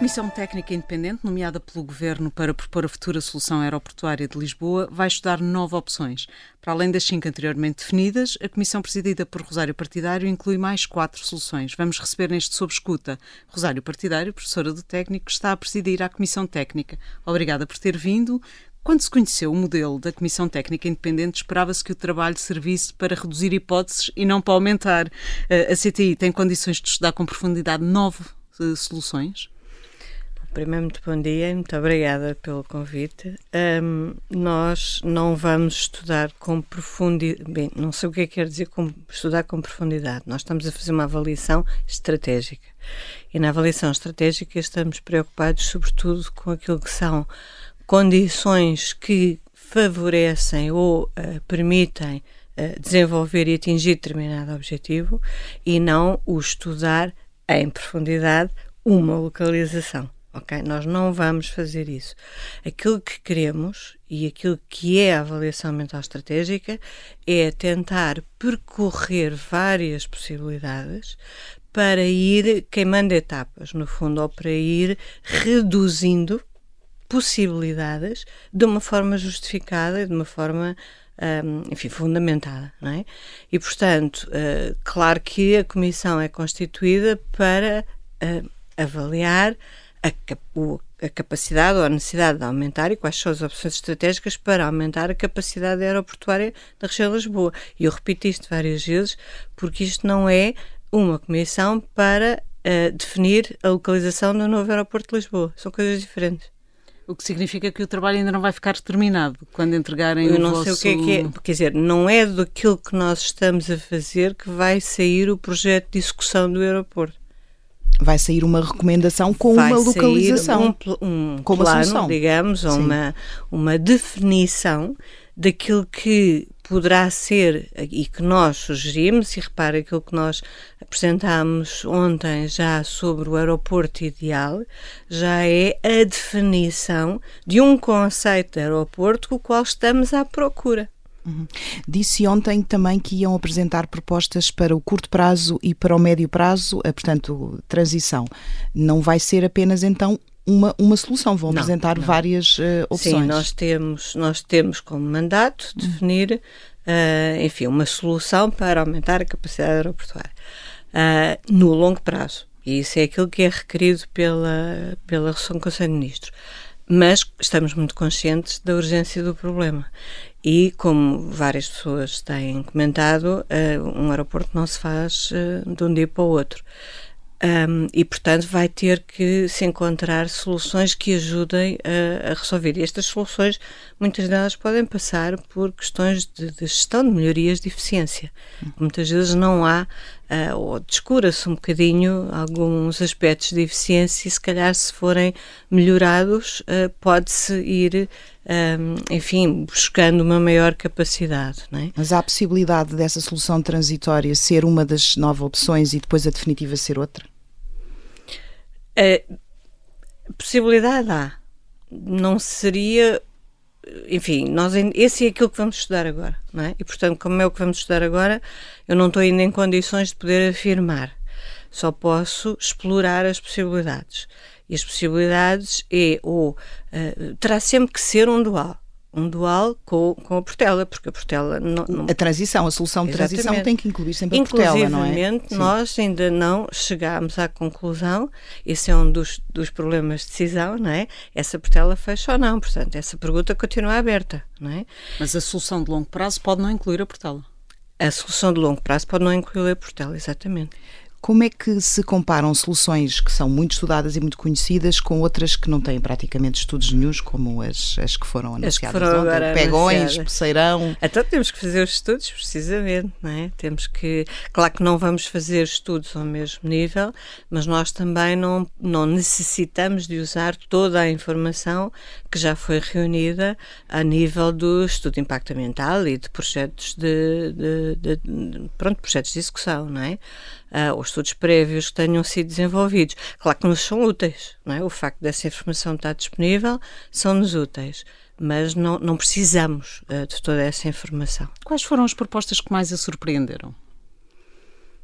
Comissão Técnica Independente, nomeada pelo Governo para propor a futura solução aeroportuária de Lisboa, vai estudar 9 opções. Para além das 5 anteriormente definidas, a Comissão presidida por Rosário Partidário inclui mais 4 soluções. Vamos receber neste Sob Escuta Rosário Partidário, professora do Técnico, que está a presidir a Comissão Técnica. Obrigada por ter vindo. Quando se conheceu o modelo da Comissão Técnica Independente, esperava-se que o trabalho servisse para reduzir hipóteses e não para aumentar. A CTI tem condições de estudar com profundidade 9 soluções? Primeiro, muito bom dia e muito obrigada pelo convite. Nós não vamos estudar com profundidade. Bem, não sei o que quer dizer estudar com profundidade. Nós estamos a fazer uma avaliação estratégica. E na avaliação estratégica estamos preocupados sobretudo com aquilo que são condições que favorecem ou permitem desenvolver e atingir determinado objetivo e não o estudar em profundidade uma localização. Okay? Nós não vamos fazer isso. Aquilo que queremos e aquilo que é a avaliação ambiental estratégica é tentar percorrer várias possibilidades para ir queimando etapas, no fundo, ou para ir reduzindo possibilidades de uma forma justificada e de uma forma, fundamentada, não é? E, portanto, claro que a Comissão é constituída para avaliar a capacidade ou a necessidade de aumentar e quais são as opções estratégicas para aumentar a capacidade aeroportuária da região de Lisboa. E eu repito isto várias vezes porque isto não é uma comissão para definir a localização do novo aeroporto de Lisboa. São coisas diferentes. O que significa que o trabalho ainda não vai ficar terminado quando entregarem Eu não sei o que é. Quer dizer, não é daquilo que nós estamos a fazer que vai sair o projeto de execução do aeroporto. Vai sair uma recomendação com uma localização, com uma plano, solução, digamos, ou uma definição daquilo que poderá ser e que nós sugerimos, e repare aquilo que nós apresentámos ontem já sobre o aeroporto ideal, já é a definição de um conceito de aeroporto com o qual estamos à procura. Disse ontem também que iam apresentar propostas para o curto prazo e para o médio prazo, portanto, transição. Não vai ser apenas então uma solução, vão apresentar várias opções. Sim, nós temos como mandato definir, uma solução para aumentar a capacidade aeroportuária no longo prazo. E isso é aquilo que é requerido pela resolução do Conselho de Ministros. Mas estamos muito conscientes da urgência do problema. E, como várias pessoas têm comentado, um aeroporto não se faz de um dia para o outro. E, portanto, vai ter que se encontrar soluções que ajudem a resolver. E estas soluções, muitas delas podem passar por questões de gestão de melhorias de eficiência. Muitas vezes não há, ou descura-se um bocadinho alguns aspectos de eficiência e, se calhar, se forem melhorados, pode-se ir buscando uma maior capacidade, não é? Mas há a possibilidade dessa solução transitória ser uma das 9 opções e depois a definitiva ser outra? Possibilidade há. Não seria... esse é aquilo que vamos estudar agora, não é? E, portanto, como é o que vamos estudar agora, eu não estou ainda em condições de poder afirmar. Só posso explorar as possibilidades. E as possibilidades terá sempre que ser um dual com a Portela, porque a Portela a solução de transição tem que incluir sempre a Portela, não é? Inclusivamente, nós ainda não chegámos à conclusão, esse é um dos problemas de decisão, não é? Essa Portela fecha ou não, portanto, essa pergunta continua aberta, não é? Mas a solução de longo prazo pode não incluir a Portela? A solução de longo prazo pode não incluir a Portela, exatamente. Como é que se comparam soluções que são muito estudadas e muito conhecidas com outras que não têm praticamente estudos nenhuns, como as que foram anunciadas ontem? Pegões, Peceirão... Então temos que fazer os estudos, precisamente, não é? Temos que... Claro que não vamos fazer estudos ao mesmo nível, mas nós também não necessitamos de usar toda a informação que já foi reunida a nível do estudo de impacto ambiental e de projetos projetos de execução, não é? Os estudos prévios que tenham sido desenvolvidos. Claro que nos são úteis, não é? O facto dessa informação estar disponível são-nos úteis, mas não precisamos de toda essa informação. Quais foram as propostas que mais a surpreenderam?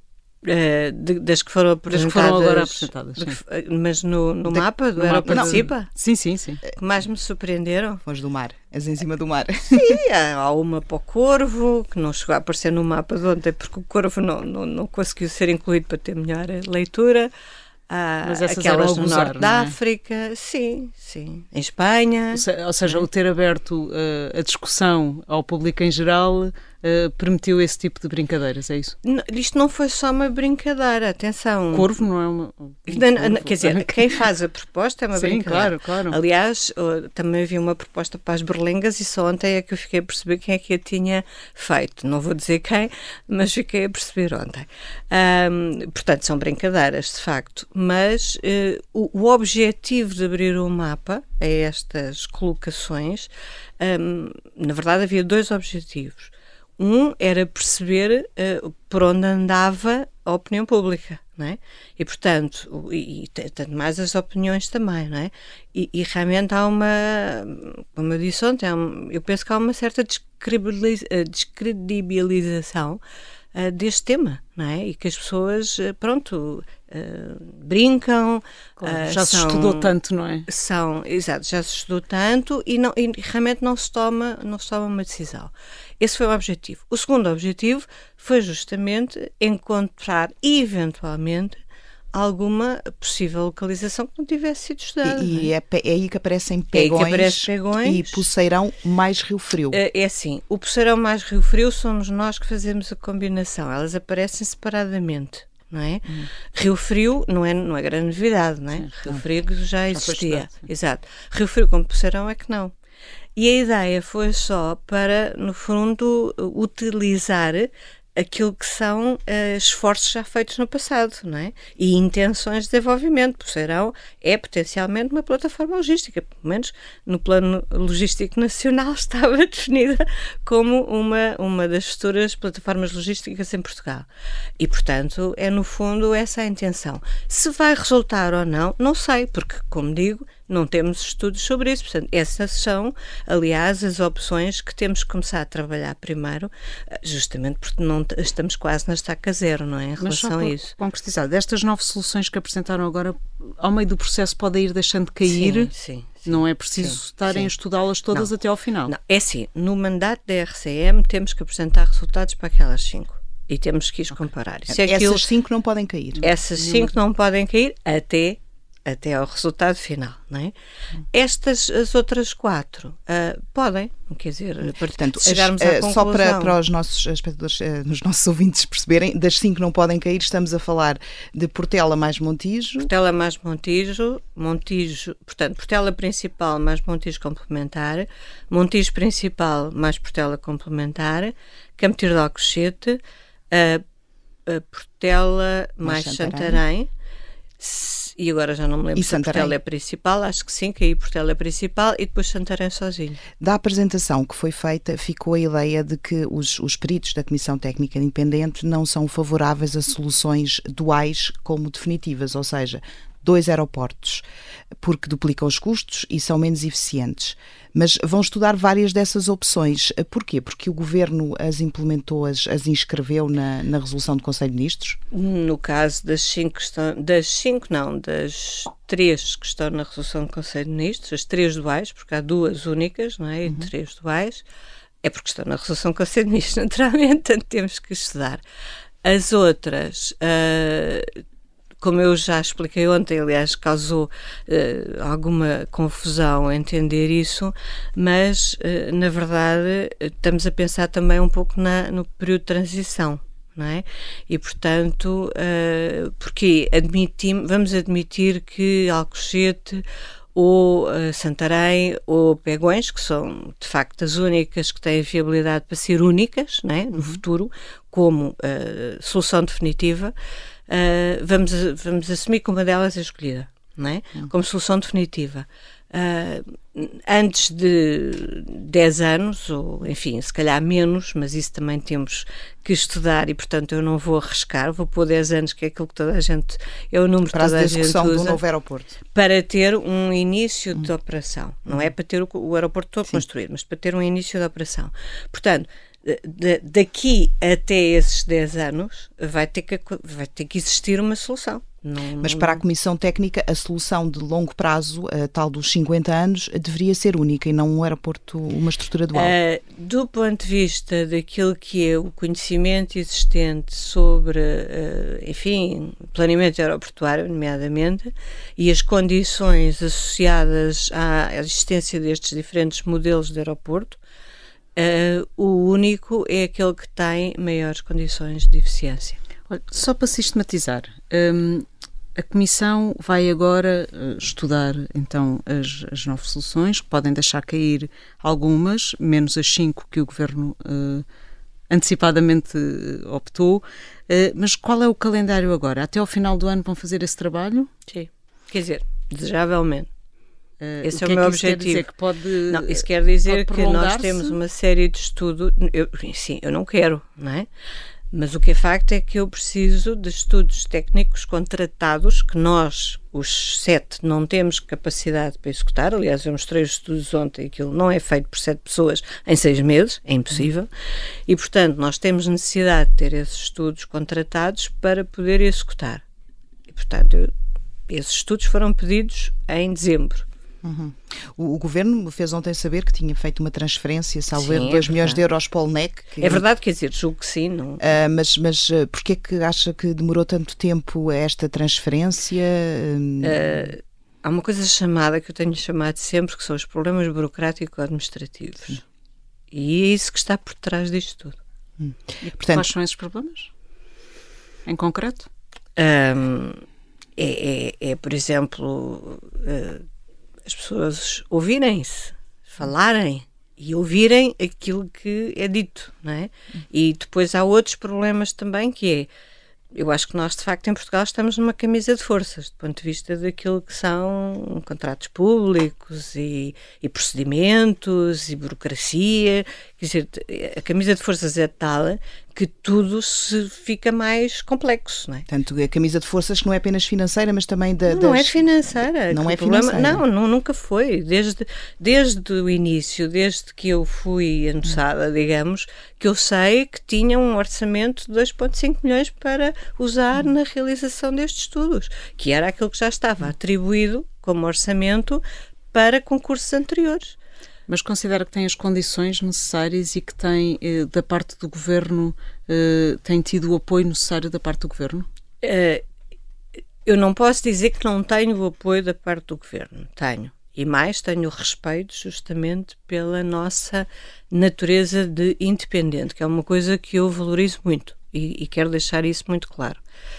Das que foram apresentadas, das que foram agora apresentadas, mas no mapa do Aeroparticipa? Sim. Que mais me surpreenderam? As do mar, as em cima do mar. Sim, há uma para o Corvo, que não chegou a aparecer no mapa de ontem, porque o Corvo não conseguiu ser incluído para ter melhor leitura. Mas essas aquelas eram no norte da não é? África, sim, em Espanha. Ou seja, o ter aberto a discussão ao público em geral permitiu esse tipo de brincadeiras, é isso? Isto não foi só uma brincadeira, atenção. Corvo não é uma... Quer dizer, quem faz a proposta é uma brincadeira. Claro. Aliás, também havia uma proposta para as berlengas e só ontem é que eu fiquei a perceber quem é que a tinha feito. Não vou dizer quem, mas fiquei a perceber ontem. Portanto, são brincadeiras, de facto. Mas o objetivo de abrir um mapa a estas colocações, na verdade havia 2 objetivos. Um era perceber por onde andava a opinião pública, não é? E, portanto, e tanto mais as opiniões também, não é? E realmente há como eu disse ontem, eu penso que há uma certa descredibilização deste tema, não é? E que as pessoas, brincam. Claro, já se estudou tanto, não é? Exato, já se estudou tanto e realmente não se toma uma decisão. Esse foi o objetivo. O segundo objetivo foi justamente encontrar, eventualmente, alguma possível localização que não tivesse sido estudada. E é aí que aparecem Pegões, e Poceirão mais Rio Frio. É assim, o Poceirão mais Rio Frio somos nós que fazemos a combinação. Elas aparecem separadamente, não é? Rio Frio não é grande novidade, não é? Sim, Rio Frio já existia. Exato. Rio Frio como Poceirão é que não. E a ideia foi só para, no fundo, utilizar aquilo que são esforços já feitos no passado, não é? E intenções de desenvolvimento. Poceirão é potencialmente uma plataforma logística, pelo menos no plano logístico nacional estava definida como uma das futuras plataformas logísticas em Portugal. E, portanto, é no fundo essa a intenção. Se vai resultar ou não, não sei, porque, como digo, não temos estudos sobre isso. Portanto, essas são, aliás, as opções que temos que começar a trabalhar primeiro, justamente porque não estamos quase na estaca zero, não é? Em relação a isso. Concretizar, destas 9 soluções que apresentaram agora, ao meio do processo podem ir deixando de cair? Sim. Não é preciso estarem a estudá-las todas até ao final? Não, é assim, no mandato da RCM temos que apresentar resultados para aquelas 5. E temos que os comparar. Essas 5 não podem cair? Essas 5 não podem cair até ao resultado final, não é? As outras 4 podem, quer dizer, portanto, chegarmos à conclusão. Só para os nossos espectadores, os nossos ouvintes perceberem, das 5 não podem cair, estamos a falar de Portela mais Montijo. Portela mais Montijo, portanto, Portela principal mais Montijo complementar, Montijo principal mais Portela complementar, Campo Tirdo de Alcochete, Portela mais Santarém. E agora já não me lembro se Portela é principal, acho que sim, que aí Portela é principal e depois Santarém sozinho. Da apresentação que foi feita, ficou a ideia de que os peritos da Comissão Técnica Independente não são favoráveis a soluções duais como definitivas, ou seja, 2 aeroportos, porque duplicam os custos e são menos eficientes. Mas vão estudar várias dessas opções. Porquê? Porque o Governo as implementou, as inscreveu na resolução do Conselho de Ministros? No caso das 3 que estão na resolução do Conselho de Ministros, as 3 duais, porque há 2 únicas, não é? E 3 duais, é porque estão na resolução do Conselho de Ministros, naturalmente, portanto temos que estudar. As outras... como eu já expliquei ontem, aliás, causou alguma confusão entender isso, mas, na verdade, estamos a pensar também um pouco no período de transição, não é? E, portanto, porque vamos admitir que Alcochete ou Santarém ou Pegões, que são, de facto, as únicas que têm viabilidade para ser únicas, não é? No futuro, como solução definitiva, vamos assumir que uma delas é escolhida, não é? Como solução definitiva. Antes de 10 anos, ou enfim, se calhar menos, mas isso também temos que estudar e, portanto, eu não vou arriscar, vou pôr 10 anos, que é aquilo que toda a gente, é o número que toda a gente usa, do novo aeroporto, para ter um início de operação. Não é para ter o aeroporto todo construído, mas para ter um início de operação. Portanto, daqui até esses 10 anos vai ter que existir uma solução. Mas para a Comissão Técnica, a solução de longo prazo, a tal dos 50 anos, deveria ser única e não um aeroporto, uma estrutura dual? Do ponto de vista daquilo que é o conhecimento existente sobre, enfim, planeamento aeroportuário, nomeadamente, e as condições associadas à existência destes diferentes modelos de aeroporto, o único é aquele que tem maiores condições de eficiência. Olha, só para sistematizar, a Comissão vai agora estudar então as 9 soluções, que podem deixar cair algumas, menos as 5 que o Governo antecipadamente optou, mas qual é o calendário agora? Até ao final do ano vão fazer esse trabalho? Sim, quer dizer, desejavelmente. Esse é o meu objetivo. Quer dizer que pode, não, isso quer dizer que nós temos uma série de estudos. Eu não quero, não é? Mas o que é facto é que eu preciso de estudos técnicos contratados que nós, os 7, não temos capacidade para executar. Aliás, eu mostrei os estudos ontem, aquilo não é feito por 7 pessoas em 6 meses, é impossível. E, portanto, nós temos necessidade de ter esses estudos contratados para poder executar. E, portanto, esses estudos foram pedidos em dezembro. Uhum. O Governo fez ontem saber que tinha feito uma transferência, salvo erro, 2 milhões de euros para o LNEC. É verdade, quer dizer, julgo que sim. Não... mas porquê que acha que demorou tanto tempo esta transferência? Há uma coisa chamada, que eu tenho chamado sempre, que são os problemas burocrático-administrativos. Sim. E é isso que está por trás disto tudo. E portanto, quais são esses problemas? Em concreto? Por exemplo... as pessoas ouvirem-se, falarem e ouvirem aquilo que é dito, não é? E depois há outros problemas também, que é, eu acho que nós de facto em Portugal estamos numa camisa de forças, do ponto de vista daquilo que são contratos públicos e procedimentos e burocracia, quer dizer, a camisa de forças é tal que tudo se fica mais complexo, não é? Portanto, a camisa de forças que não é apenas financeira, mas também Não é financeira. Não é financeira. Não, nunca foi. Desde o início, desde que eu fui anunciada, digamos, que eu sei que tinha um orçamento de 2,5 milhões para usar na realização destes estudos, que era aquilo que já estava atribuído como orçamento para concursos anteriores. Mas considera que tem as condições necessárias e que tem, da parte do Governo, tem tido o apoio necessário da parte do Governo? Eu não posso dizer que não tenho o apoio da parte do Governo. Tenho. E mais, tenho respeito justamente pela nossa natureza de independente, que é uma coisa que eu valorizo muito e quero deixar isso muito claro.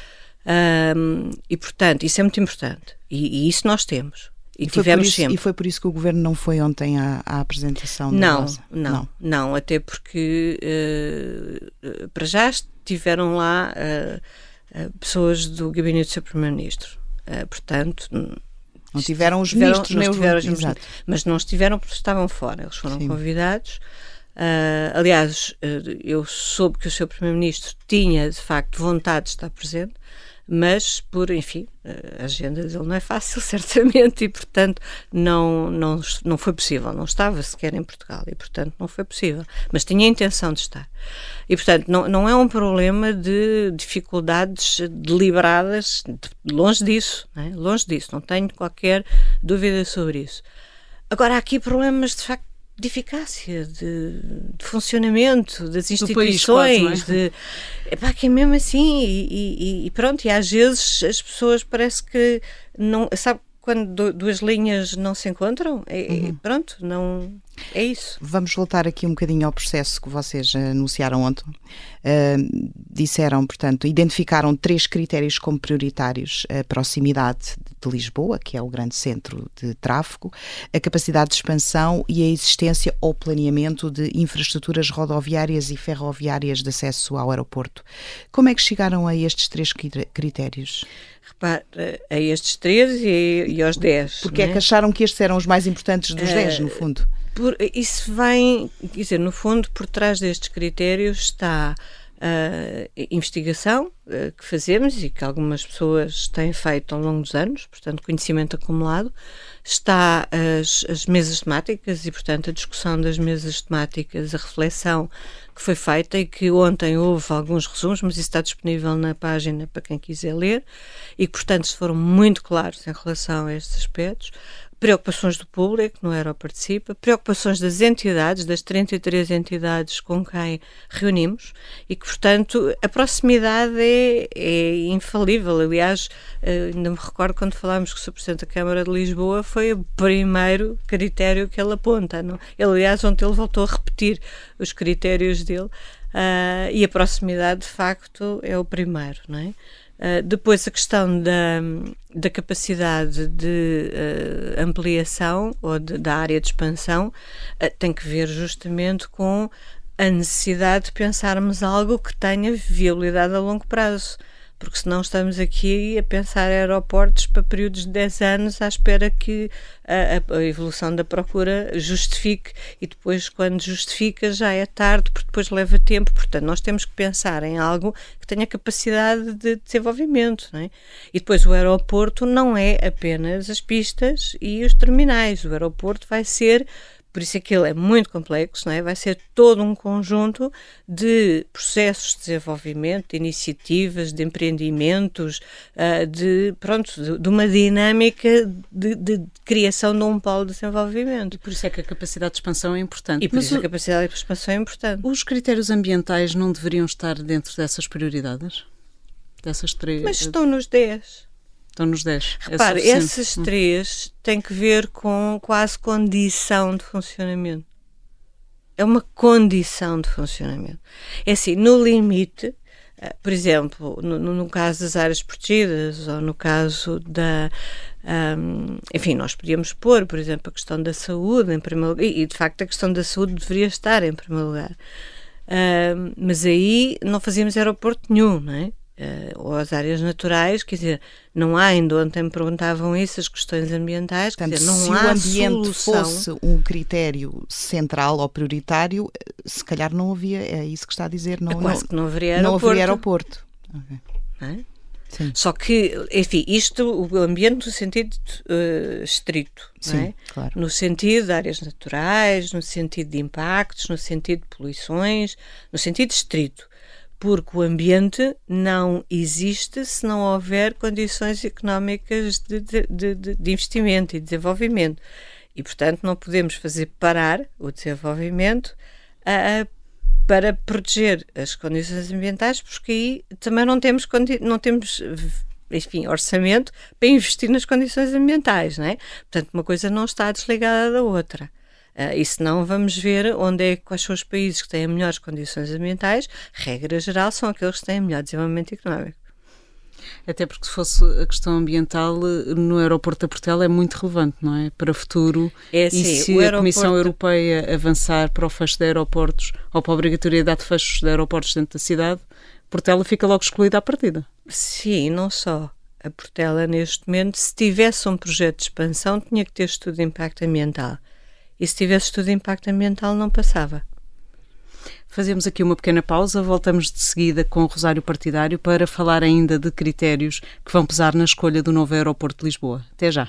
E, portanto, isso é muito importante. E isso nós temos. E foi por isso que o Governo não foi ontem à apresentação da Rosa? Não, até porque para já estiveram lá pessoas do gabinete do Sr. Primeiro-Ministro. Portanto, não tiveram os ministros, mas não estiveram porque estavam fora. Eles foram convidados. Aliás, eu soube que o Sr. Primeiro-Ministro tinha, de facto, vontade de estar presente, mas enfim, a agenda dele não é fácil, certamente, e portanto não foi possível, não estava sequer em Portugal e portanto não foi possível, mas tinha a intenção de estar. E portanto não é um problema de dificuldades deliberadas, longe disso, não é? Longe disso, não tenho qualquer dúvida sobre isso. Agora há aqui problemas de facto de eficácia, de funcionamento das instituições, quase, que é mesmo assim, e pronto, e às vezes as pessoas parece que não, sabe quando duas linhas não se encontram? Pronto, não é isso. Vamos voltar aqui um bocadinho ao processo que vocês anunciaram ontem. Disseram, portanto, identificaram 3 critérios como prioritários: a proximidade de Lisboa, que é o grande centro de tráfego, a capacidade de expansão e a existência ou planeamento de infraestruturas rodoviárias e ferroviárias de acesso ao aeroporto. Como é que chegaram a estes 3 critérios? Repare, a estes 3 e aos 10. Porque é que acharam que estes eram os mais importantes dos 10, no fundo? Isso vem, quer dizer, no fundo, por trás destes critérios está investigação que fazemos e que algumas pessoas têm feito ao longo dos anos, portanto, conhecimento acumulado. Está as mesas temáticas e, portanto, a discussão das mesas temáticas, a reflexão que foi feita e que ontem houve alguns resumos, mas isso está disponível na página para quem quiser ler e que, portanto, foram muito claros em relação a estes aspectos. Preocupações do público, no Aeroparticipa, preocupações das entidades, das 33 entidades com quem reunimos e que, portanto, a proximidade é infalível. Aliás, ainda me recordo quando falámos com o Sr. Presidente da Câmara de Lisboa, foi o primeiro critério que ele aponta. Não? Ele, aliás, ontem ele voltou a repetir os critérios dele e a proximidade, de facto, é o primeiro, não é? Depois a questão da capacidade de ampliação ou da área de expansão tem que ver justamente com a necessidade de pensarmos algo que tenha viabilidade a longo prazo, porque senão estamos aqui a pensar aeroportos para períodos de 10 anos à espera que a evolução da procura justifique e depois quando justifica já é tarde porque depois leva tempo, portanto nós temos que pensar em algo que tenha capacidade de desenvolvimento, não é? E depois o aeroporto não é apenas as pistas e os terminais, o aeroporto vai ser, por isso é que ele é muito complexo, não é? Vai ser todo um conjunto de processos de desenvolvimento, de iniciativas, de empreendimentos, de uma dinâmica de criação de um polo de desenvolvimento. E por isso é que a capacidade de expansão é importante. E por isso a capacidade de expansão é importante. Os critérios ambientais não deveriam estar dentro dessas prioridades? Dessas 3? Mas estão nos 10. Estão nos 10. Repare, essas 3 têm que ver com quase condição de funcionamento. É uma condição de funcionamento. É assim, no limite, por exemplo, no caso das áreas protegidas ou no caso da... enfim, nós podíamos pôr, por exemplo, a questão da saúde em primeiro lugar, e de facto a questão da saúde deveria estar em primeiro lugar. Mas aí não fazíamos aeroporto nenhum, não é? Ou as áreas naturais, quer dizer, não há, ainda ontem me perguntavam isso, as questões ambientais, portanto, quer dizer, não se há o ambiente solução. fosse um critério central ou prioritário, se calhar não havia, é isso que está a dizer, Quase que não haveria aeroporto. Não haveria aeroporto. Okay. Não é? Sim. Só que, enfim, isto, o ambiente no sentido estrito, sim, não é? Claro. No sentido de áreas naturais, no sentido de impactos, no sentido de poluições, no sentido estrito. Porque o ambiente não existe se não houver condições económicas de investimento e desenvolvimento. E, portanto, não podemos fazer parar o desenvolvimento para proteger as condições ambientais, porque aí também não temos enfim, orçamento para investir nas condições ambientais, não é? Portanto, uma coisa não está desligada da outra. E se não, vamos ver quais são os países que têm melhores condições ambientais. Regra geral, são aqueles que têm melhor desenvolvimento económico. Até porque se fosse a questão ambiental no aeroporto da Portela é muito relevante, não é? Para o futuro. É assim, e se a Comissão Europeia avançar para o fecho de aeroportos ou para a obrigatoriedade de fechos de aeroportos dentro da cidade, Portela fica logo excluída à partida. Sim, não só. A Portela, neste momento, se tivesse um projeto de expansão, tinha que ter estudo de impacto ambiental. E se tivesse estudo de impacto ambiental, não passava. Fazemos aqui uma pequena pausa, voltamos de seguida com o Rosário Partidário para falar ainda de critérios que vão pesar na escolha do novo aeroporto de Lisboa. Até já.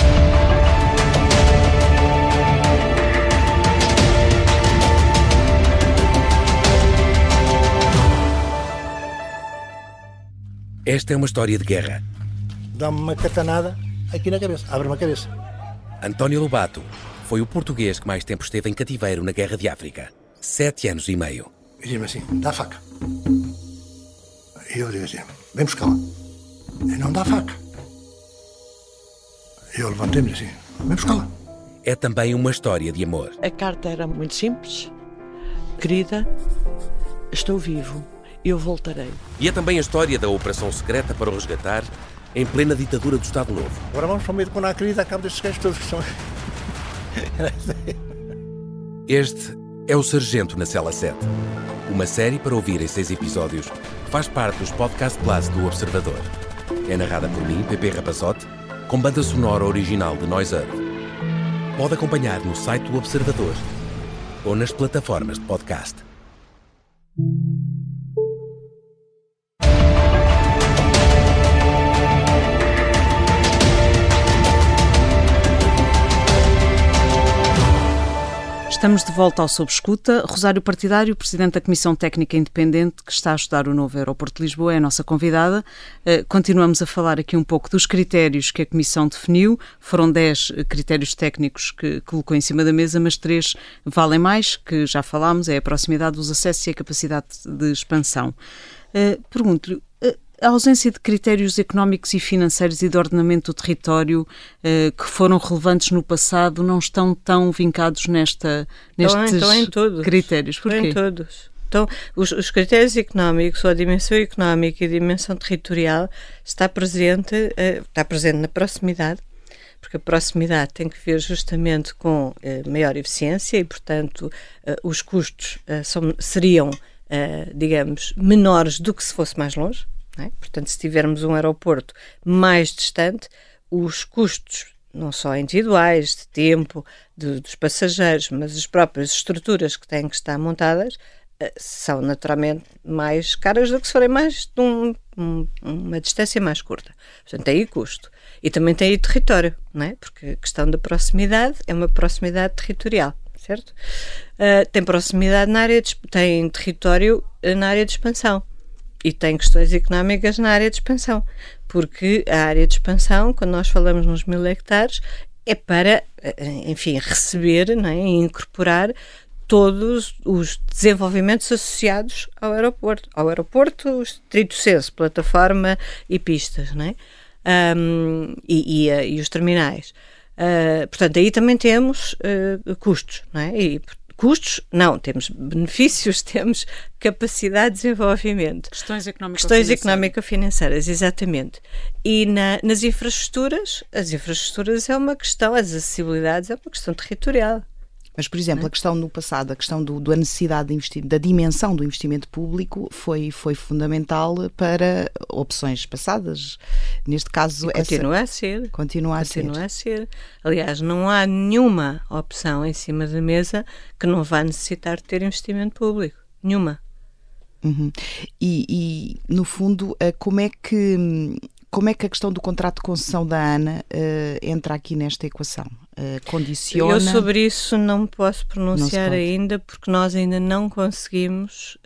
Esta é uma história de guerra. Dá-me uma catanada aqui na cabeça, abre-me a cabeça. António Lobato foi o português que mais tempo esteve em cativeiro na Guerra de África. 7 anos e meio. E diz-me assim, dá a faca. E eu digo assim, vem buscá-la. E não dá a faca. E eu levantei-me assim, vem buscá-la. É também uma história de amor. A carta era muito simples. Querida, estou vivo. Eu voltarei. E é também a história da operação secreta para o resgatar em plena ditadura do Estado Novo. Agora vamos para o meio de quando há querida, acabo destes gajos todos que são... Este é o Sargento na Cela 7. Uma série para ouvir em 6 episódios. Faz parte dos Podcast Plus do Observador. É narrada por mim, Pepe Rapazote, com banda sonora original de Noise Earth. Pode acompanhar no site do Observador ou nas plataformas de podcast. Estamos de volta ao Sob Escuta. Rosário Partidário, Presidente da Comissão Técnica Independente que está a estudar o novo aeroporto de Lisboa, é a nossa convidada. Continuamos a falar aqui um pouco dos critérios que a Comissão definiu. Foram 10 critérios técnicos que colocou em cima da mesa, mas 3 valem mais, que já falámos, é a proximidade dos acessos e a capacidade de expansão. Pergunto-lhe, a ausência de critérios económicos e financeiros e de ordenamento do território que foram relevantes no passado não estão tão vincados nestes critérios? Porquê? Estão em todos. Então, os critérios económicos, ou a dimensão económica e a dimensão territorial, está presente na proximidade, porque a proximidade tem que ver justamente com maior eficiência e, portanto, os custos seriam, digamos, menores do que se fosse mais longe. Não é? Portanto, se tivermos um aeroporto mais distante, os custos, não só individuais, de tempo, dos passageiros, mas as próprias estruturas que têm que estar montadas, são naturalmente mais caras do que se forem mais de uma distância mais curta. Portanto, tem aí custo. E também tem aí território, não é? Porque a questão da proximidade é uma proximidade territorial, certo? Tem proximidade tem território na área de expansão. E tem questões económicas na área de expansão, porque a área de expansão, quando nós falamos nos 1000 hectares, é para, enfim, receber, não é, e incorporar todos os desenvolvimentos associados ao aeroporto. Ao aeroporto, estrito senso, plataforma e pistas, não é? E os terminais. Portanto, aí também temos custos, não é? Custos, não, temos benefícios, temos capacidade de desenvolvimento. Questões económico-financeiras, exatamente. E nas infraestruturas, as infraestruturas é uma questão, as acessibilidades é uma questão territorial. Mas, por exemplo, a questão no passado, a questão da necessidade de investir, da dimensão do investimento público foi fundamental para opções passadas. Neste caso, Continua a ser. Aliás, não há nenhuma opção em cima da mesa que não vá necessitar de ter investimento público. Nenhuma. Uhum. E, no fundo, como é que a questão do contrato de concessão da ANA entra aqui nesta equação? Condiciona? Eu sobre isso não me posso pronunciar ainda, porque nós ainda não conseguimos,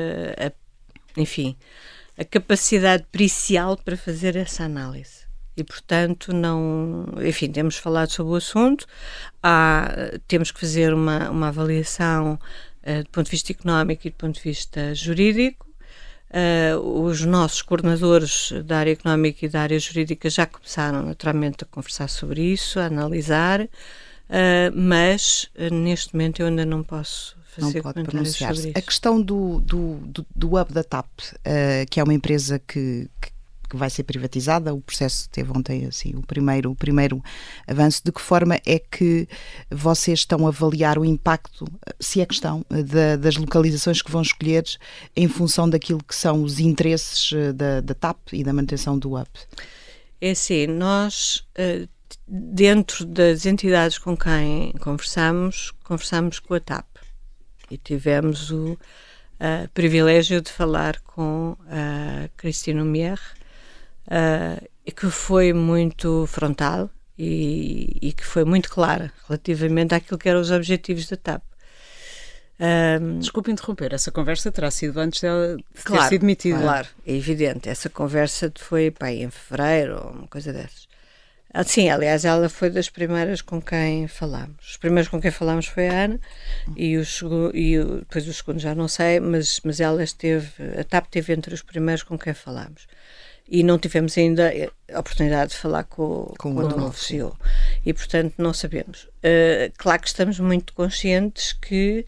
a capacidade pericial para fazer essa análise. E, portanto, temos falado sobre o assunto, temos que fazer uma avaliação do ponto de vista económico e do ponto de vista jurídico. Os nossos coordenadores da área económica e da área jurídica já começaram naturalmente a conversar sobre isso, a analisar, mas neste momento eu ainda não posso fazer comentários sobre isso. A questão do hub da TAP, que é uma empresa que vai ser privatizada, o processo teve ontem assim, o primeiro avanço. De que forma é que vocês estão a avaliar o impacto, se é questão, das localizações que vão escolher em função daquilo que são os interesses da TAP e da manutenção do hub? É assim, nós, dentro das entidades com quem conversamos com a TAP e tivemos o privilégio de falar com a Christine Aumière, que foi muito frontal e que foi muito clara relativamente àquilo que eram os objetivos da TAP. Desculpe interromper, essa conversa terá sido antes dela ter sido demitida. Claro, é evidente. Essa conversa foi em fevereiro ou uma coisa dessas. Sim, aliás, ela foi das primeiras com quem falámos. Os primeiros com quem falámos foi a Ana depois o segundo já não sei, mas ela a TAP esteve entre os primeiros com quem falámos. E não tivemos ainda a oportunidade de falar com o novo CEO. E, portanto, não sabemos. Claro que estamos muito conscientes que,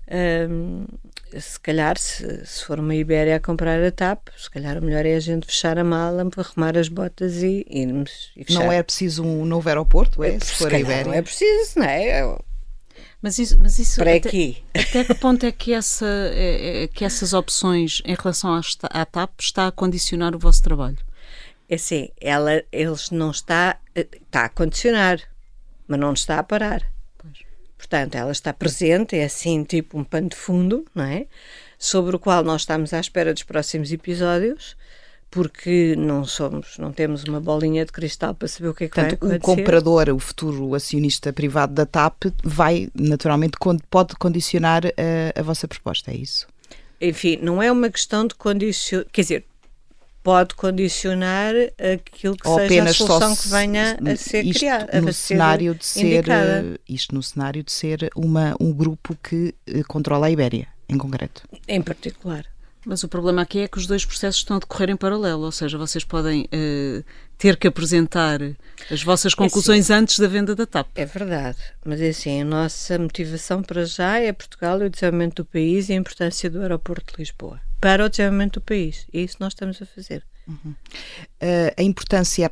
se calhar, se for uma Ibéria a comprar a TAP, se calhar o melhor é a gente fechar a mala, arrumar as botas e irmos e fechar. Não é preciso um novo aeroporto, se for a Ibéria? Não é preciso, não é? Mas isso para aqui. Até que ponto é que essas opções em relação à TAP está a condicionar o vosso trabalho? É assim, eles não está a condicionar, mas não está a parar. Pois. Portanto, ela está presente, é assim tipo um pano de fundo, não é? Sobre o qual nós estamos à espera dos próximos episódios, porque não temos uma bolinha de cristal para saber o que é que vai acontecer. O comprador, o futuro acionista privado da TAP, naturalmente pode condicionar a vossa proposta, é isso? Enfim, não é uma questão de condicionar, quer dizer, pode condicionar aquilo que seja a solução que venha a ser criada. Isto no cenário de ser um grupo que controla a Ibéria, em concreto. Em particular. Mas o problema aqui é que os dois processos estão a decorrer em paralelo, ou seja, vocês podem ter que apresentar as vossas conclusões antes da venda da TAP. É verdade, mas é assim, a nossa motivação para já é Portugal e o desenvolvimento do país e a importância do aeroporto de Lisboa para o desenvolvimento do país. É isso que nós estamos a fazer. A importância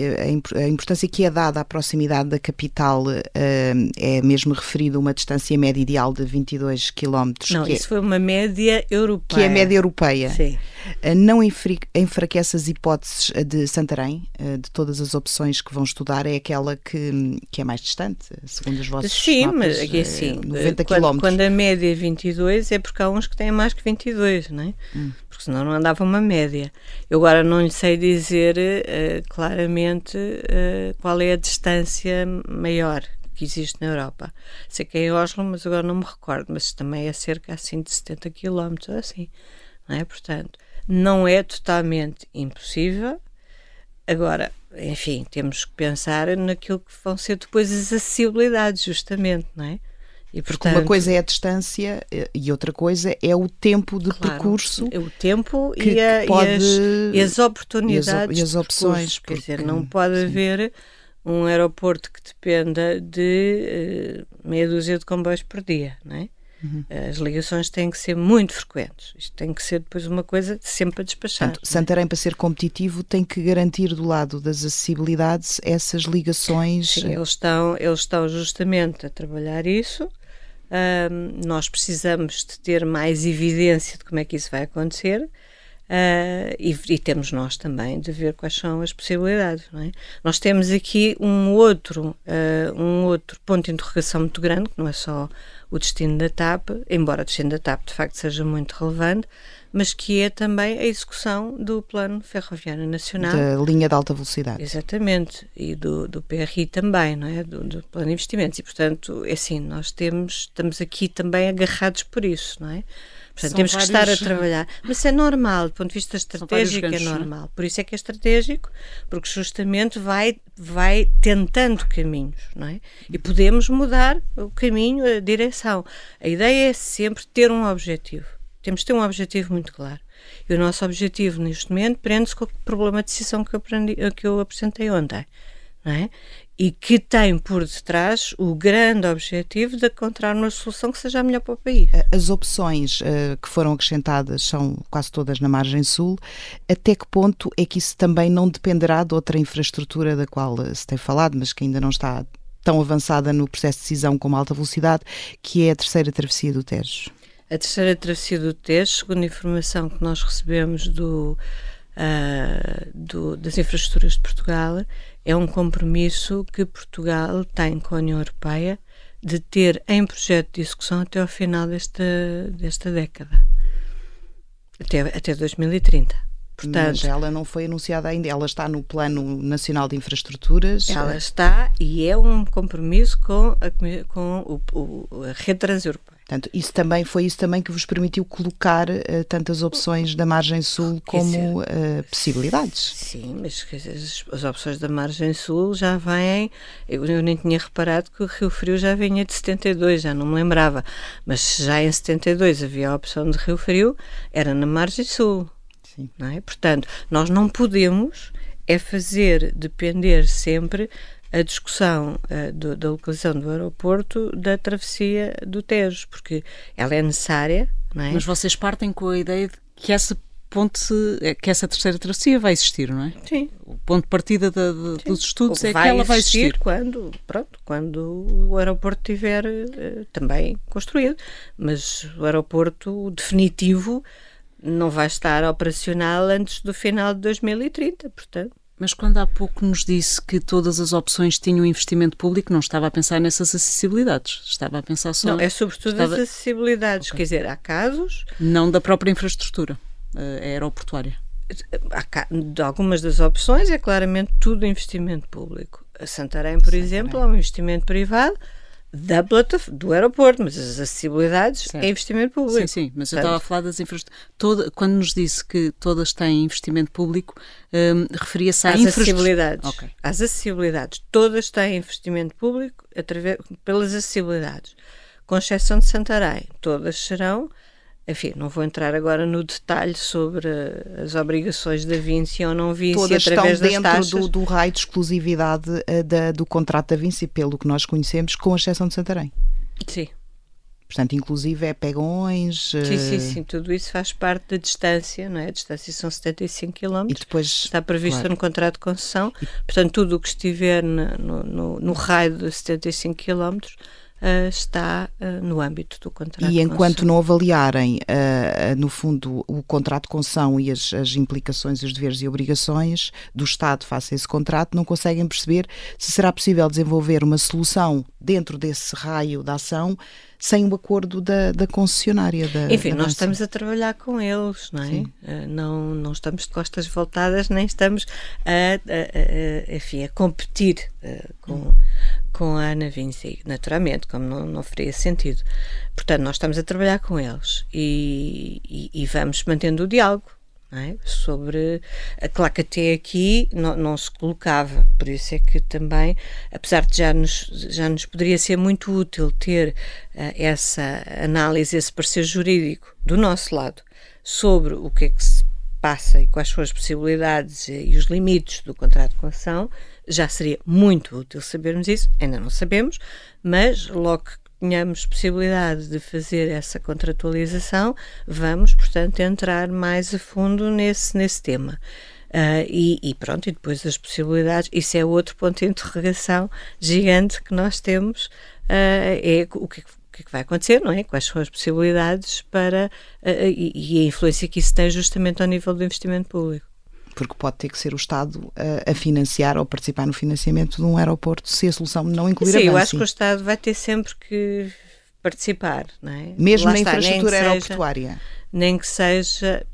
que é dada à proximidade da capital é mesmo referida a uma distância média ideal de 22 km. Não, isso foi uma média europeia. Que é a média europeia. Sim. Não enfraquece as hipóteses de Santarém, de todas as opções que vão estudar, é aquela que é mais distante, segundo os vossos Sim, mapas, mas aqui assim, 90 km. Quando a média é 22 é porque há uns que têm mais que 22, não é? Porque senão não andava uma média. Eu agora não lhe sei dizer claramente qual é a distância maior que existe na Europa. Sei que é em Oslo, mas agora não me recordo, mas também é cerca assim de 70 km, assim, não é? Portanto, não é totalmente impossível. Agora, enfim, temos que pensar naquilo que vão ser depois as acessibilidades, justamente, não é? E, porque portanto, uma coisa é a distância e outra coisa é o tempo de percurso. É o tempo e as oportunidades e as opções. Quer dizer, não pode haver um aeroporto que dependa de meia dúzia de comboios por dia, não é? As ligações têm que ser muito frequentes. Isto tem que ser depois uma coisa sempre a despachar. Portanto, Santarém, para ser competitivo, tem que garantir do lado das acessibilidades essas ligações. Sim, eles estão justamente a trabalhar isso. Nós precisamos de ter mais evidência de como é que isso vai acontecer. E temos nós também de ver quais são as possibilidades, não é? Nós temos aqui um outro ponto de interrogação muito grande, que não é só o destino da TAP, embora o destino da TAP de facto seja muito relevante, mas que é também a execução do Plano Ferroviário Nacional. Da linha de alta velocidade. Exatamente, e do PRI também, não é? Do Plano de Investimentos, e portanto, é assim, nós estamos aqui também agarrados por isso, não é? Portanto, temos que estar a trabalhar. Mas é normal, do ponto de vista estratégico, é normal. Por isso é que é estratégico, porque justamente vai tentando caminhos, não é? E podemos mudar o caminho, a direção. A ideia é sempre ter um objetivo. Temos de ter um objetivo muito claro. E o nosso objetivo, neste momento, prende-se com o problema de decisão que eu apresentei ontem, não é? E que tem por detrás o grande objetivo de encontrar uma solução que seja a melhor para o país. As opções que foram acrescentadas são quase todas na margem sul. Até que ponto é que isso também não dependerá de outra infraestrutura da qual se tem falado, mas que ainda não está tão avançada no processo de decisão como a alta velocidade, que é a terceira travessia do Tejo? A terceira travessia do Tejo, segundo a informação que nós recebemos das infraestruturas de Portugal, é um compromisso que Portugal tem com a União Europeia de ter em projeto de execução até ao final desta década, até 2030. Portanto, mas ela não foi anunciada ainda, ela está no Plano Nacional de Infraestruturas. Ela está, e é um compromisso com a rede transeuropeia. Portanto, foi isso também que vos permitiu colocar tantas opções da margem sul como possibilidades. Sim, mas as opções da margem sul já vêm. Eu nem tinha reparado que o Rio Frio já vinha de 72, já não me lembrava. Mas já em 72 havia a opção de Rio Frio, era na margem sul. Sim. Não é? Portanto, nós não podemos fazer depender sempre a discussão da localização do aeroporto da travessia do Tejo, porque ela é necessária, não é? Mas vocês partem com a ideia de que essa terceira travessia vai existir, não é? Sim. O ponto de partida dos estudos é que ela vai existir. Quando o aeroporto estiver também construído, mas o aeroporto definitivo não vai estar operacional antes do final de 2030, portanto. Mas quando há pouco nos disse que todas as opções tinham investimento público, não estava a pensar nessas acessibilidades, estava a pensar só... Não, é sobretudo as acessibilidades, okay. Quer dizer, há casos... Não da própria infraestrutura aeroportuária. de algumas das opções é claramente tudo investimento público. A Santarém, por exemplo, é um investimento privado do aeroporto, mas as acessibilidades é investimento público. Sim, mas eu estava a falar das infraestruturas. Quando nos disse que todas têm investimento público, referia-se às acessibilidades. Okay. Às acessibilidades. Todas têm investimento público pelas acessibilidades. Com exceção de Santarém, todas serão. Enfim, não vou entrar agora no detalhe sobre as obrigações da Vinci ou não Vinci todas através estão das taxas. dentro do raio de exclusividade do contrato da Vinci, pelo que nós conhecemos, com exceção de Santarém. Sim. Portanto, inclusive é Pegões... Sim, tudo isso faz parte da distância, não é? A distância são 75 km, e depois, está previsto no contrato de concessão, portanto tudo o que estiver no raio de 75 km está no âmbito do contrato. E enquanto não avaliarem, no fundo, o contrato de concessão e as implicações, os deveres e obrigações do Estado face a esse contrato, não conseguem perceber se será possível desenvolver uma solução dentro desse raio de ação sem o acordo da concessionária. Enfim, nós estamos a trabalhar com eles, não é? Não estamos de costas voltadas, nem estamos a competir com a Ana Vinci, naturalmente, como não faria sentido. Portanto, nós estamos a trabalhar com eles e vamos mantendo o diálogo, não é? Sobre, claro que até aqui não se colocava, por isso é que também, apesar de já nos poderia ser muito útil ter essa análise, esse parecer jurídico do nosso lado sobre o que é que se passa e quais são as possibilidades e os limites do contrato de concessão, já seria muito útil sabermos isso, ainda não sabemos, mas logo que tenhamos possibilidade de fazer essa contratualização, vamos, portanto, entrar mais a fundo nesse tema. E pronto, e depois as possibilidades, isso é outro ponto de interrogação gigante que nós temos, é o que é que vai acontecer, não é? Quais são as possibilidades e a influência que isso tem justamente ao nível do investimento público. Porque pode ter que ser o Estado a financiar ou participar no financiamento de um aeroporto se a solução não incluir a Vinci. Sim, eu acho que o Estado vai ter sempre que participar, não é? Mesmo na infraestrutura aeroportuária? Nem que seja,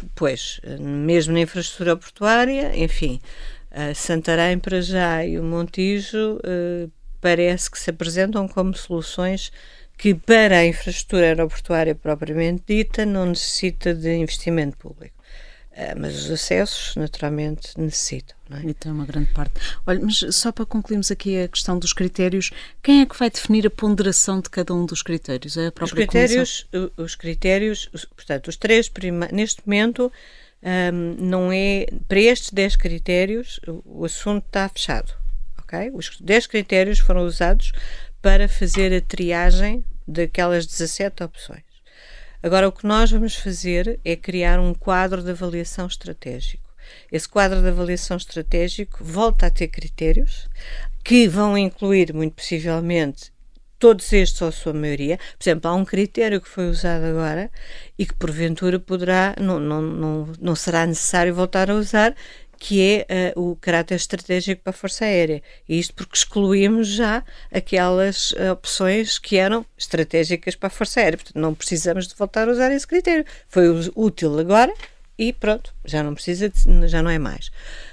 mesmo na infraestrutura aeroportuária, enfim, Santarém para já e o Montijo parece que se apresentam como soluções que para a infraestrutura aeroportuária propriamente dita não necessita de investimento público. Mas os acessos, naturalmente, necessitam, não é? Então, uma grande parte. Olha, mas só para concluirmos aqui a questão dos critérios, quem é que vai definir a ponderação de cada um dos critérios? É a própria Comissão? Os critérios, portanto, os três neste momento, não é, para estes 10 critérios, o assunto está fechado, ok? Os 10 critérios foram usados para fazer a triagem daquelas 17 opções. Agora, o que nós vamos fazer é criar um quadro de avaliação estratégico. Esse quadro de avaliação estratégico volta a ter critérios que vão incluir, muito possivelmente, todos estes ou a sua maioria. Por exemplo, há um critério que foi usado agora e que, porventura, não será necessário voltar a usar, que é o caráter estratégico para a Força Aérea. E isto porque excluímos já aquelas opções que eram estratégicas para a Força Aérea. Portanto, não precisamos de voltar a usar esse critério. Foi útil agora e pronto, já não é mais.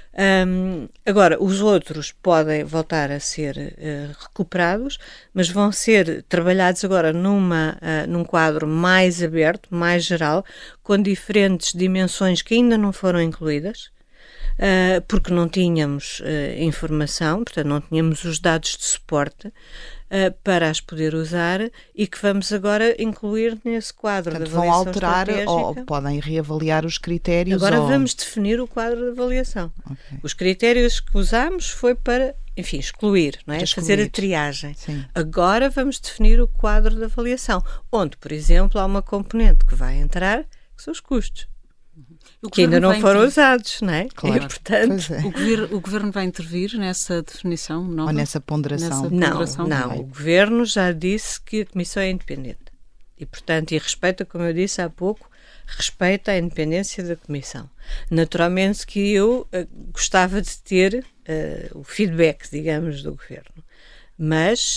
Agora, os outros podem voltar a ser recuperados, mas vão ser trabalhados agora num quadro mais aberto, mais geral, com diferentes dimensões que ainda não foram incluídas, porque não tínhamos informação, portanto não tínhamos os dados de suporte para as poder usar e que vamos agora incluir nesse quadro. Portanto, de avaliação vão alterar estratégica. ou podem reavaliar os critérios? Agora vamos definir o quadro de avaliação. Okay. Os critérios que usámos foi para, enfim, excluir, não é? Fazer a triagem. Sim. Agora vamos definir o quadro de avaliação, onde, por exemplo, há uma componente que vai entrar, que são os custos. Que ainda não foram usados, não é? Claro. E, portanto, o Governo vai intervir nessa definição nova? Ou nessa ponderação? Não. O Governo já disse que a Comissão é independente. E, portanto, respeita, como eu disse há pouco, respeita a independência da Comissão. Naturalmente que eu gostava de ter o feedback, digamos, do Governo. Mas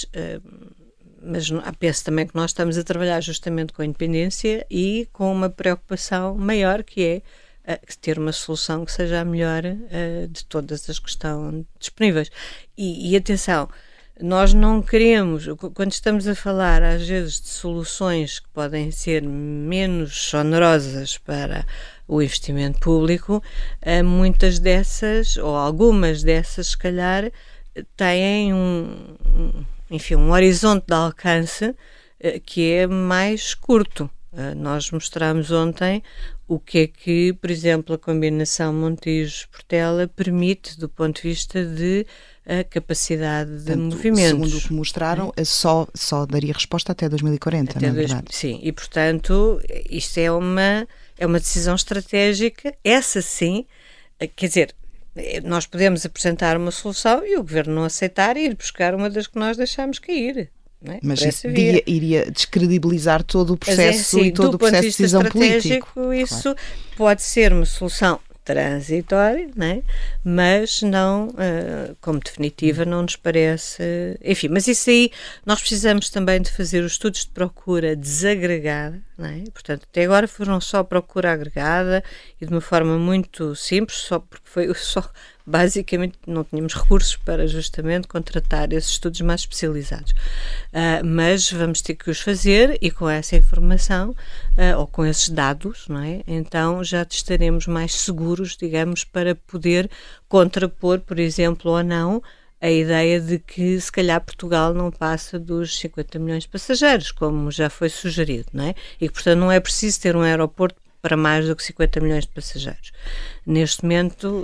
penso também que nós estamos a trabalhar justamente com a independência e com uma preocupação maior, que é ter uma solução que seja a melhor de todas as que estão disponíveis. E atenção, nós não queremos, quando estamos a falar às vezes de soluções que podem ser menos onerosas para o investimento público, muitas dessas, ou algumas dessas, se calhar, têm um horizonte de alcance que é mais curto. Nós mostramos ontem o que é que, por exemplo, a combinação Montijo-Portela permite do ponto de vista de capacidade de movimentos. Segundo o que mostraram, só daria resposta até 2040, não é verdade? Sim, e portanto isto é uma decisão estratégica, essa sim, quer dizer, nós podemos apresentar uma solução e o Governo não aceitar e ir buscar uma das que nós deixámos cair. Não é? Mas isso iria descredibilizar todo o processo e todo o processo de decisão político. Isso pode ser uma solução transitória, não é? Mas não, como definitiva, não nos parece... Enfim, mas isso aí, nós precisamos também de fazer os estudos de procura desagregada, não é? Portanto, até agora foram só procura agregada e de uma forma muito simples, só porque foi só... Basicamente não tínhamos recursos para justamente contratar esses estudos mais especializados. Mas vamos ter que os fazer e com essa informação ou com esses dados, não é? Então já estaremos mais seguros, digamos, para poder contrapor, por exemplo, ou não, a ideia de que se calhar Portugal não passa dos 50 milhões de passageiros, como já foi sugerido, não é? E que, portanto, não é preciso ter um aeroporto para mais do que 50 milhões de passageiros. Neste momento...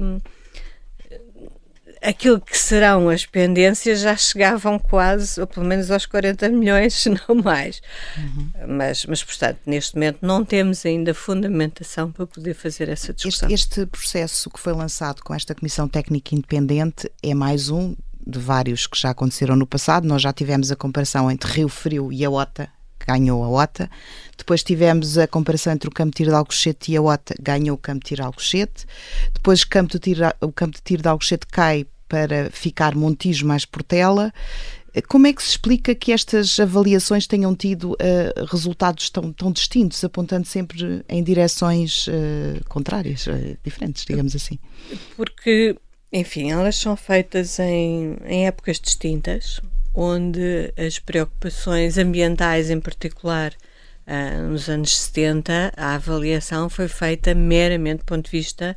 aquilo que serão as pendências já chegavam quase, ou pelo menos aos 40 milhões, se não mais. Mas, portanto, neste momento não temos ainda fundamentação para poder fazer essa discussão. Este processo que foi lançado com esta Comissão Técnica Independente é mais um de vários que já aconteceram no passado. Nós já tivemos a comparação entre Rio Frio e a OTA, ganhou a OTA. Depois tivemos a comparação entre o Campo de Tiro de Alcochete e a OTA, ganhou o Campo de Tiro de Alcochete. Depois o Campo de Tiro de Alcochete cai para ficar Montijo mais Portela. Como é que se explica que estas avaliações tenham tido resultados tão distintos, apontando sempre em direções contrárias, diferentes, digamos assim? Porque, enfim, elas são feitas em épocas distintas, onde as preocupações ambientais, em particular, nos anos 70, a avaliação foi feita meramente do ponto de vista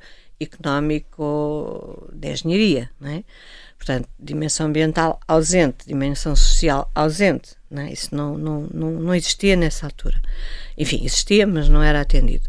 económico de engenharia, não é? Portanto, dimensão ambiental ausente, dimensão social ausente, não é? Isso não existia nessa altura. Enfim, existia, mas não era atendido.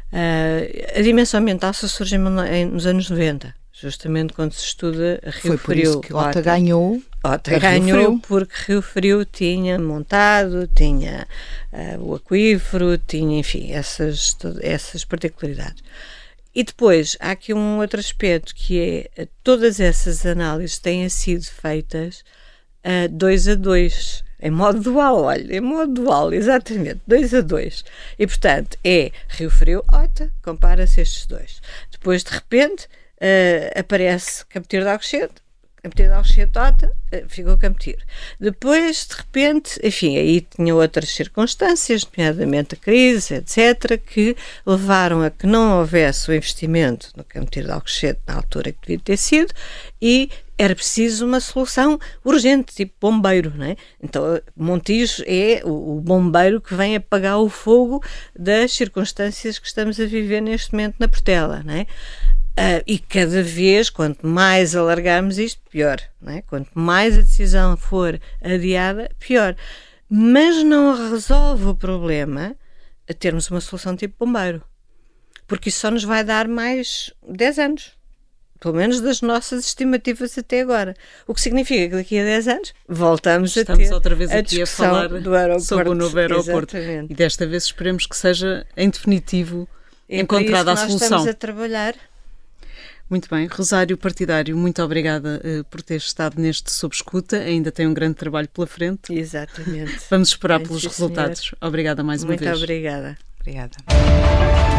A dimensão ambiental só surge nos anos 90, justamente quando se estuda Rio Frio. Foi por isso que OTA ganhou. OTA ganhou porque Rio Frio tinha montado, tinha o aquífero, tinha, enfim, essas particularidades. E depois, há aqui um outro aspecto que é, todas essas análises têm sido feitas 2 a 2, em modo dual, olha, em modo dual, exatamente, 2 a 2. E, portanto, é Rio Frio, OTA, compara-se estes dois. Depois, de repente, aparece Campo de Tiro de Alcochete, Campo de Tiro de Alcochete, OTA, ficou Campo de Tiro. Depois, de repente, enfim, aí tinha outras circunstâncias, nomeadamente a crise, etc., que levaram a que não houvesse o investimento no Campo de Tiro de Alcochete na altura que devia ter sido e era preciso uma solução urgente, tipo bombeiro, não é? Então, Montijo é o bombeiro que vem apagar o fogo das circunstâncias que estamos a viver neste momento na Portela, não é? E cada vez, quanto mais alargarmos isto, pior, não é? Quanto mais a decisão for adiada, pior. Mas não resolve o problema a termos uma solução tipo bombeiro, porque isso só nos vai dar mais 10 anos, pelo menos das nossas estimativas até agora. O que significa que daqui a 10 anos voltamos a ter outra vez a aqui a falar sobre o novo aeroporto. Exatamente. E desta vez esperemos que seja em definitivo encontrada a solução. Estamos a trabalhar. Muito bem, Rosário Partidário, muito obrigada por ter estado neste Sob Escuta, ainda tem um grande trabalho pela frente. Exatamente. Vamos esperar pelos resultados. Obrigada mais uma vez. Muito obrigada. Obrigada.